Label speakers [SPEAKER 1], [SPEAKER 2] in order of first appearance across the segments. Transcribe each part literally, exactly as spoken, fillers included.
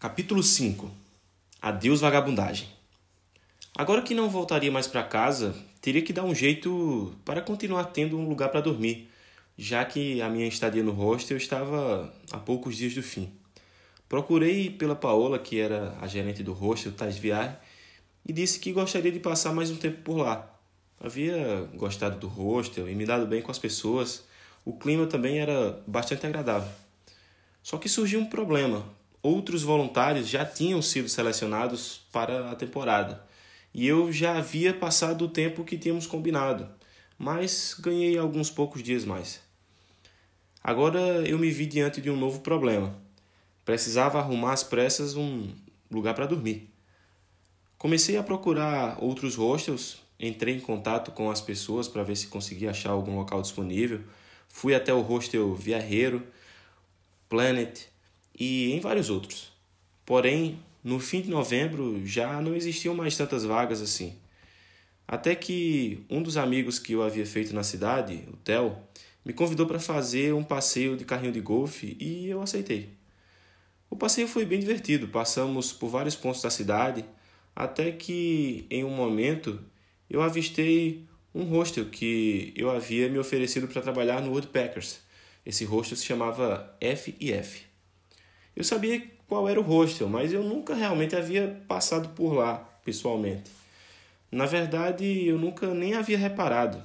[SPEAKER 1] Capítulo cinco. Adeus vagabundagem. Agora que não voltaria mais para casa, teria que dar um jeito para continuar tendo um lugar para dormir, já que a minha estadia no hostel estava a poucos dias do fim. Procurei pela Paola, que era a gerente do hostel Tais Viar, e disse que gostaria de passar mais um tempo por lá. Havia gostado do hostel e me dado bem com as pessoas. O clima também era bastante agradável. Só que surgiu um problema. Outros voluntários já tinham sido selecionados para a temporada e eu já havia passado o tempo que tínhamos combinado, mas ganhei alguns poucos dias mais. Agora eu me vi diante de um novo problema. Precisava arrumar às pressas um lugar para dormir. Comecei a procurar outros hostels, entrei em contato com as pessoas para ver se conseguia achar algum local disponível. Fui até o hostel Viareiro, Planet e em vários outros. Porém, no fim de novembro já não existiam mais tantas vagas assim. Até que um dos amigos que eu havia feito na cidade, o Theo, me convidou para fazer um passeio de carrinho de golfe e eu aceitei. O passeio foi bem divertido, passamos por vários pontos da cidade, até que em um momento eu avistei um hostel que eu havia me oferecido para trabalhar no Woodpeckers. Esse hostel se chamava F e F. Eu sabia qual era o hostel, mas eu nunca realmente havia passado por lá, pessoalmente. Na verdade, eu nunca nem havia reparado.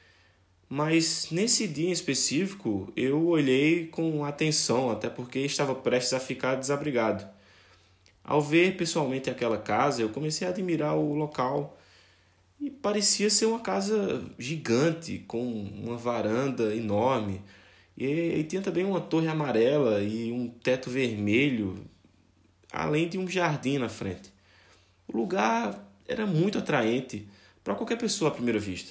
[SPEAKER 1] Mas nesse dia em específico, eu olhei com atenção, até porque estava prestes a ficar desabrigado. Ao ver pessoalmente aquela casa, eu comecei a admirar o local e parecia ser uma casa gigante, com uma varanda enorme. E, e tinha também uma torre amarela e um teto vermelho, além de um jardim na frente. O lugar era muito atraente para qualquer pessoa à primeira vista.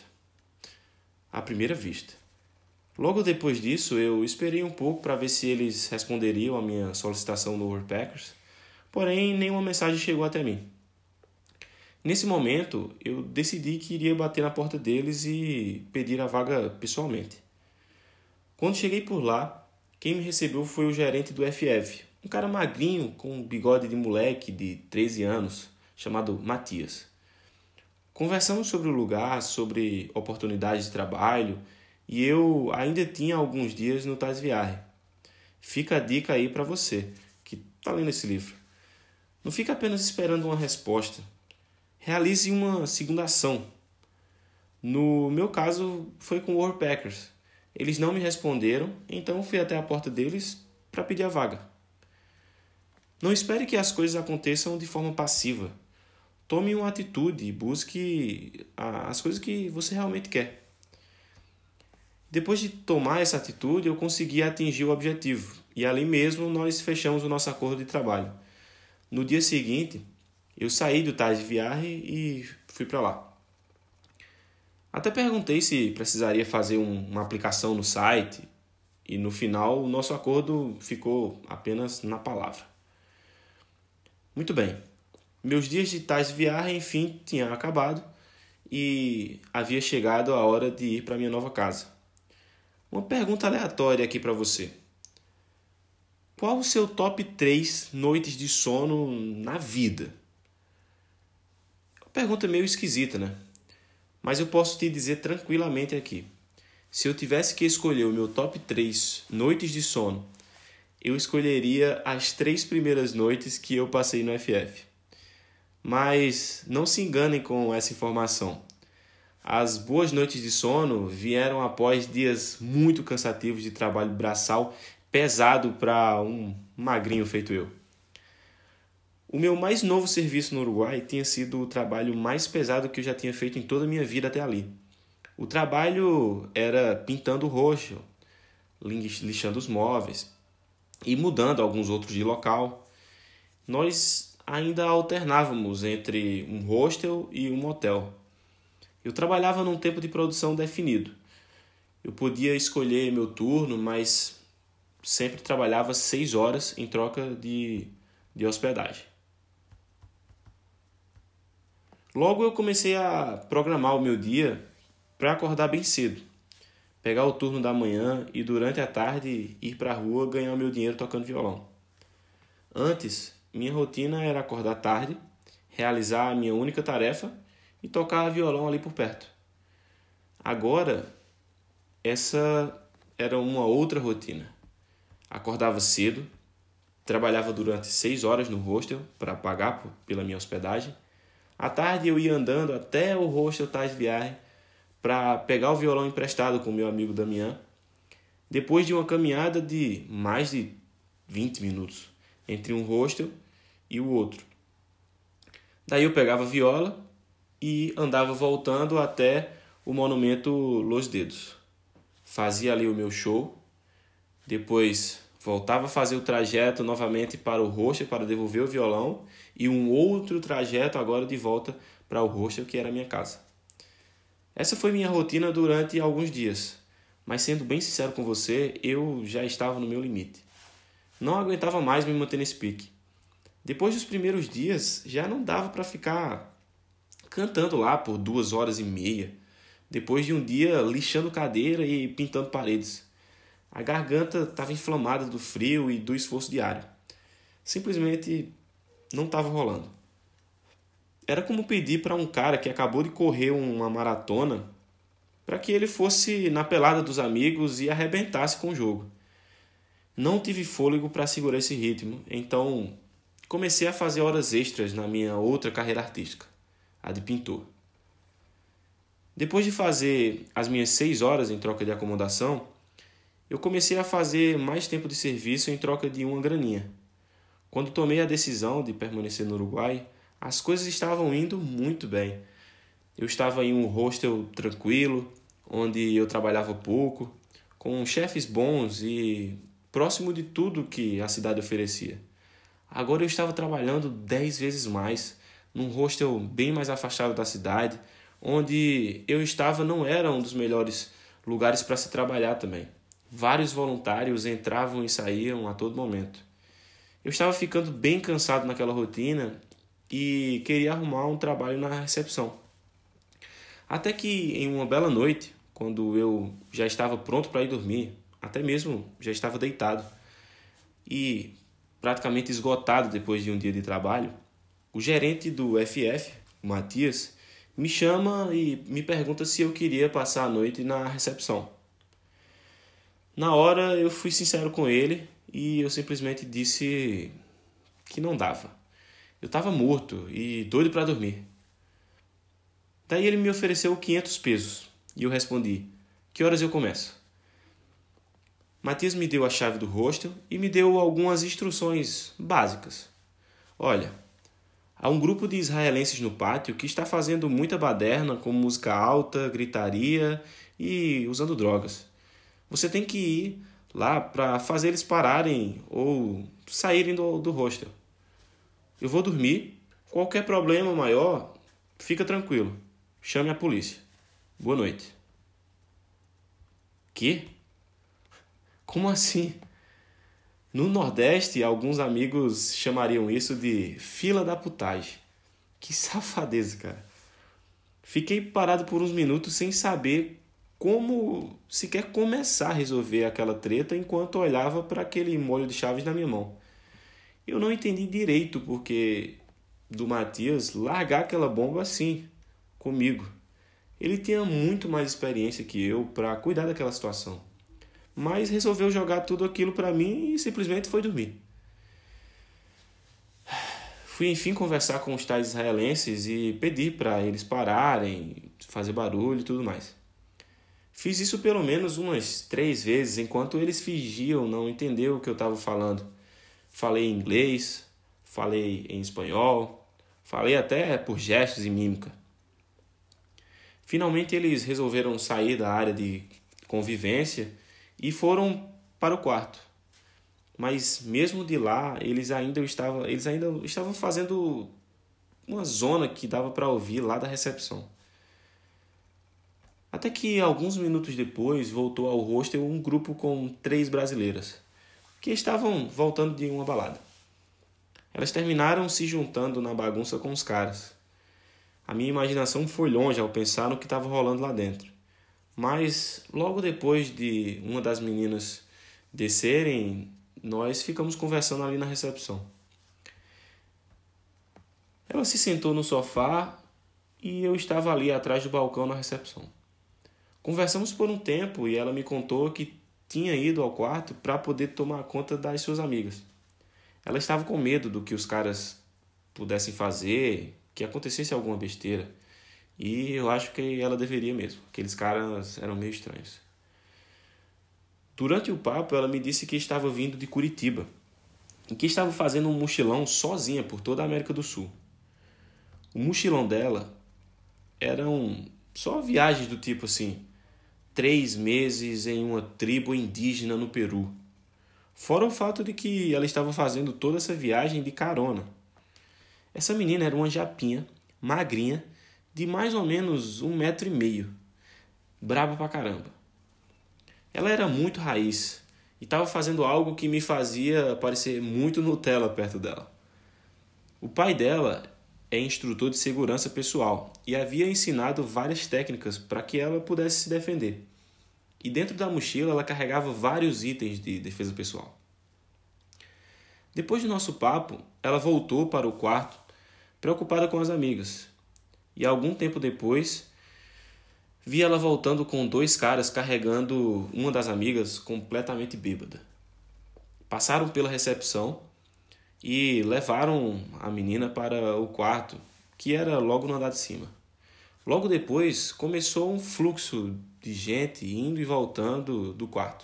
[SPEAKER 1] À primeira vista. Logo depois disso, eu esperei um pouco para ver se eles responderiam à minha solicitação no Woodpeckers, porém nenhuma mensagem chegou até mim. Nesse momento, eu decidi que iria bater na porta deles e pedir a vaga pessoalmente. Quando cheguei por lá, quem me recebeu foi o gerente do F F, um cara magrinho com um bigode de moleque de treze anos, chamado Matias. Conversamos sobre o lugar, sobre oportunidades de trabalho, e eu ainda tinha alguns dias no Tais Viar. Fica a dica aí para você, que está lendo esse livro. Não fica apenas esperando uma resposta. Realize uma segunda ação. No meu caso, foi com o Woodpeckers. Eles não me responderam, então fui até a porta deles para pedir a vaga. Não espere que as coisas aconteçam de forma passiva. Tome uma atitude e busque as coisas que você realmente quer. Depois de tomar essa atitude, eu consegui atingir o objetivo. E ali mesmo nós fechamos o nosso acordo de trabalho. No dia seguinte, eu saí do Tais Viar e fui para lá. Até perguntei se precisaria fazer um, uma aplicação no site e no final o nosso acordo ficou apenas na palavra. Muito bem, meus dias de Tais Viar enfim tinham acabado e havia chegado a hora de ir para minha nova casa. Uma pergunta aleatória aqui para você. Qual o seu top três noites de sono na vida? Pergunta meio esquisita, né? Mas eu posso te dizer tranquilamente aqui. Se eu tivesse que escolher o meu top três noites de sono, eu escolheria as três primeiras noites que eu passei no F F. Mas não se enganem com essa informação. As boas noites de sono vieram após dias muito cansativos de trabalho braçal pesado para um magrinho feito eu. O meu mais novo serviço no Uruguai tinha sido o trabalho mais pesado que eu já tinha feito em toda a minha vida até ali. O trabalho era pintando o hostel, lixando os móveis e mudando alguns outros de local. Nós ainda alternávamos entre um hostel e um motel. Eu trabalhava num tempo de produção definido. Eu podia escolher meu turno, mas sempre trabalhava seis horas em troca de, de hospedagem. Logo eu comecei a programar o meu dia para acordar bem cedo, pegar o turno da manhã e durante a tarde ir para a rua ganhar o meu dinheiro tocando violão. Antes, minha rotina era acordar tarde, realizar a minha única tarefa e tocar violão ali por perto. Agora, essa era uma outra rotina. Acordava cedo, trabalhava durante seis horas no hostel para pagar pela minha hospedagem. À tarde eu ia andando até o hostel Tais Viagem para pegar o violão emprestado com meu amigo Damian. Depois de uma caminhada de mais de vinte minutos entre um hostel e o outro. Daí eu pegava a viola e andava voltando até o monumento Los Dedos. Fazia ali o meu show, depois voltava a fazer o trajeto novamente para o hostel para devolver o violão e um outro trajeto agora de volta para o hostel que era a minha casa. Essa foi minha rotina durante alguns dias, mas sendo bem sincero com você, eu já estava no meu limite. Não aguentava mais me manter nesse pique. Depois dos primeiros dias, já não dava para ficar cantando lá por duas horas e meia, depois de um dia lixando cadeira e pintando paredes. A garganta estava inflamada do frio e do esforço diário. Simplesmente não estava rolando. Era como pedir para um cara que acabou de correr uma maratona para que ele fosse na pelada dos amigos e arrebentasse com o jogo. Não tive fôlego para segurar esse ritmo, então comecei a fazer horas extras na minha outra carreira artística, a de pintor. Depois de fazer as minhas seis horas em troca de acomodação, eu comecei a fazer mais tempo de serviço em troca de uma graninha. Quando tomei a decisão de permanecer no Uruguai, as coisas estavam indo muito bem. Eu estava em um hostel tranquilo, onde eu trabalhava pouco, com chefes bons e próximo de tudo que a cidade oferecia. Agora eu estava trabalhando dez vezes mais, num hostel bem mais afastado da cidade, onde eu estava não era um dos melhores lugares para se trabalhar também. Vários voluntários entravam e saíam a todo momento. Eu estava ficando bem cansado naquela rotina e queria arrumar um trabalho na recepção. Até que em uma bela noite, quando eu já estava pronto para ir dormir, até mesmo já estava deitado e praticamente esgotado depois de um dia de trabalho, o gerente do F F, o Matias, me chama e me pergunta se eu queria passar a noite na recepção. Na hora eu fui sincero com ele e eu simplesmente disse que não dava. Eu estava morto e doido para dormir. Daí ele me ofereceu quinhentos pesos e eu respondi: que horas eu começo? Matias me deu a chave do hostel e me deu algumas instruções básicas. Olha, há um grupo de israelenses no pátio que está fazendo muita baderna com música alta, gritaria e usando drogas. Você tem que ir lá para fazer eles pararem ou saírem do, do hostel. Eu vou dormir. Qualquer problema maior, fica tranquilo. Chame a polícia. Boa noite. Que? Como assim? No Nordeste, alguns amigos chamariam isso de fila da putagem. Que safadeza, cara. Fiquei parado por uns minutos sem saber como sequer começar a resolver aquela treta enquanto olhava para aquele molho de chaves na minha mão. Eu não entendi direito porque do Matias largar aquela bomba assim, comigo. Ele tinha muito mais experiência que eu para cuidar daquela situação. Mas resolveu jogar tudo aquilo para mim e simplesmente foi dormir. Fui enfim conversar com os tais israelenses e pedir para eles pararem, fazer barulho e tudo mais. Fiz isso pelo menos umas três vezes, enquanto eles fingiam não entender o que eu estava falando. Falei em inglês, falei em espanhol, falei até por gestos e mímica. Finalmente eles resolveram sair da área de convivência e foram para o quarto. Mas mesmo de lá, eles ainda estavam, eles ainda estavam fazendo uma zona que dava para ouvir lá da recepção. Até que alguns minutos depois voltou ao hostel um grupo com três brasileiras, que estavam voltando de uma balada. Elas terminaram se juntando na bagunça com os caras. A minha imaginação foi longe ao pensar no que estava rolando lá dentro. Mas logo depois de uma das meninas descerem, nós ficamos conversando ali na recepção. Ela se sentou no sofá e eu estava ali atrás do balcão na recepção. Conversamos por um tempo e ela me contou que tinha ido ao quarto para poder tomar conta das suas amigas. Ela estava com medo do que os caras pudessem fazer, que acontecesse alguma besteira. E eu acho que ela deveria mesmo. Aqueles caras eram meio estranhos. Durante o papo, ela me disse que estava vindo de Curitiba e que estava fazendo um mochilão sozinha por toda a América do Sul. O mochilão dela eram só viagens do tipo assim, três meses em uma tribo indígena no Peru. Fora o fato de que ela estava fazendo toda essa viagem de carona. Essa menina era uma japinha, magrinha, de mais ou menos um metro e meio. Braba pra caramba. Ela era muito raiz e estava fazendo algo que me fazia parecer muito Nutella perto dela. O pai dela é instrutor de segurança pessoal e havia ensinado várias técnicas para que ela pudesse se defender. E dentro da mochila ela carregava vários itens de defesa pessoal. Depois do nosso papo, ela voltou para o quarto, preocupada com as amigas. E algum tempo depois, vi ela voltando com dois caras carregando uma das amigas completamente bêbada. Passaram pela recepção e levaram a menina para o quarto, que era logo no andar de cima. Logo depois, começou um fluxo de gente indo e voltando do quarto.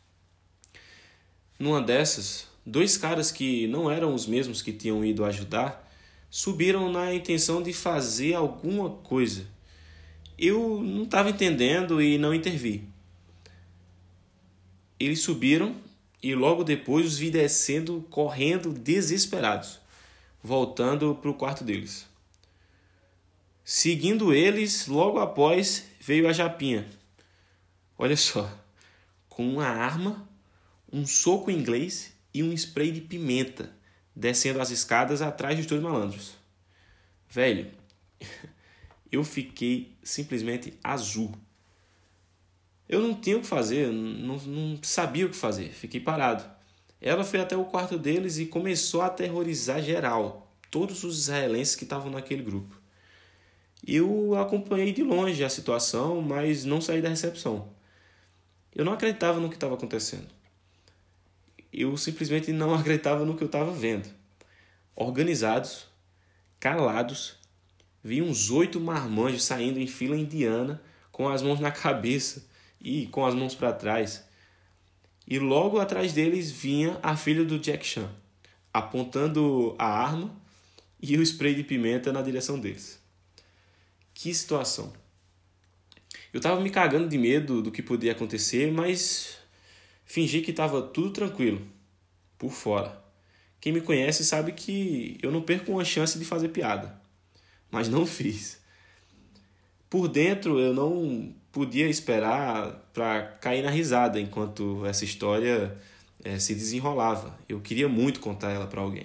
[SPEAKER 1] Numa dessas, dois caras que não eram os mesmos que tinham ido ajudar, subiram na intenção de fazer alguma coisa. Eu não estava entendendo e não intervi. Eles subiram e logo depois os vi descendo, correndo, desesperados, voltando para o quarto deles. Seguindo eles, logo após, veio a japinha. Olha só, com uma arma, um soco inglês e um spray de pimenta, descendo as escadas atrás dos dois malandros. Velho, eu fiquei simplesmente azul. Eu não tinha o que fazer, não, não sabia o que fazer, fiquei parado. Ela foi até o quarto deles e começou a aterrorizar geral, todos os israelenses que estavam naquele grupo. Eu acompanhei de longe a situação, mas não saí da recepção. Eu não acreditava no que estava acontecendo. Eu simplesmente não acreditava no que eu estava vendo. Organizados, calados, vi uns oito marmanjos saindo em fila indiana com as mãos na cabeça e com as mãos para trás. E logo atrás deles vinha a filha do Jack Chan, apontando a arma e o spray de pimenta na direção deles. Que situação. Eu estava me cagando de medo do que podia acontecer, mas fingi que estava tudo tranquilo, por fora. Quem me conhece sabe que eu não perco uma chance de fazer piada, mas não fiz. Por dentro eu não podia esperar para cair na risada enquanto essa história é, se desenrolava. Eu queria muito contar ela para alguém.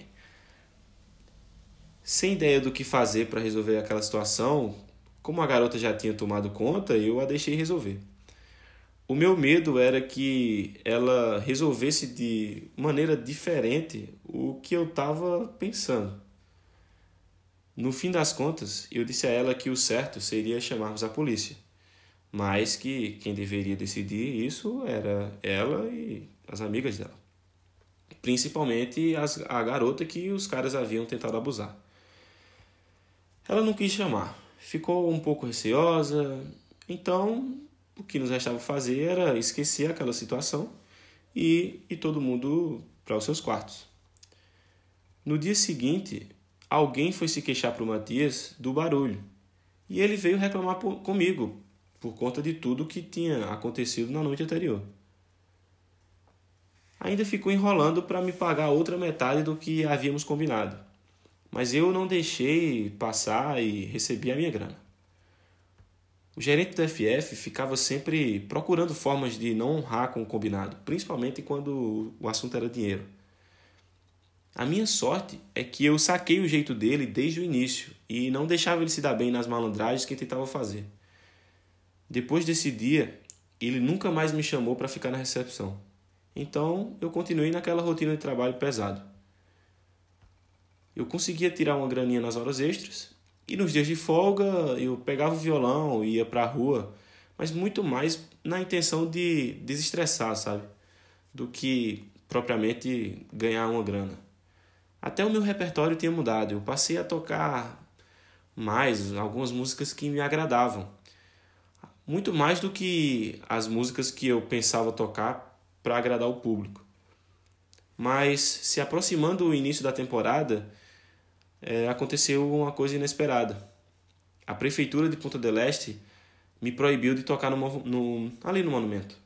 [SPEAKER 1] Sem ideia do que fazer para resolver aquela situação, como a garota já tinha tomado conta, eu a deixei resolver. O meu medo era que ela resolvesse de maneira diferente o que eu estava pensando. No fim das contas, eu disse a ela que o certo seria chamarmos a polícia, mas que quem deveria decidir isso era ela e as amigas dela. Principalmente as, a garota que os caras haviam tentado abusar. Ela não quis chamar, ficou um pouco receosa, então o que nos restava fazer era esquecer aquela situação e ir todo mundo para os seus quartos. No dia seguinte, alguém foi se queixar para o Matias do barulho e ele veio reclamar por, comigo por conta de tudo que tinha acontecido na noite anterior. Ainda ficou enrolando para me pagar outra metade do que havíamos combinado, mas eu não deixei passar e recebi a minha grana. O gerente do F F ficava sempre procurando formas de não honrar com o combinado, principalmente quando o assunto era dinheiro. A minha sorte é que eu saquei o jeito dele desde o início e não deixava ele se dar bem nas malandragens que tentava fazer. Depois desse dia, ele nunca mais me chamou para ficar na recepção. Então, eu continuei naquela rotina de trabalho pesado. eu conseguia tirar uma graninha nas horas extras e nos dias de folga eu pegava o violão e ia para a rua, mas muito mais na intenção de desestressar, sabe? Do que propriamente ganhar uma grana. Até o meu repertório tinha mudado, eu passei a tocar mais algumas músicas que me agradavam. Muito mais do que as músicas que eu pensava tocar para agradar o público. Mas, se aproximando do início da temporada, é, aconteceu uma coisa inesperada. A prefeitura de Ponta del Este me proibiu de tocar no, no, ali no monumento.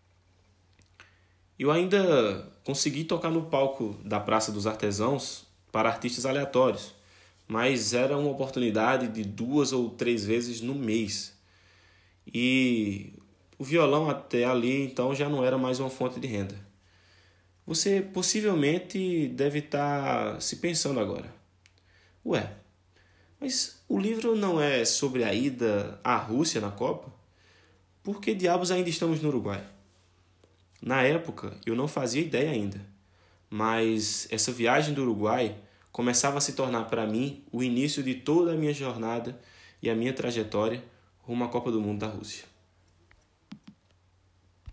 [SPEAKER 1] Eu ainda consegui tocar no palco da Praça dos Artesãos para artistas aleatórios, mas era uma oportunidade de duas ou três vezes no mês. E o violão até ali então já não era mais uma fonte de renda. Você possivelmente deve estar se pensando agora: ué, mas o livro não é sobre a ida à Rússia na Copa? Por que diabos ainda estamos no Uruguai? Na época eu não fazia ideia ainda, mas essa viagem do Uruguai começava a se tornar para mim o início de toda a minha jornada e a minha trajetória rumo à Copa do Mundo da Rússia.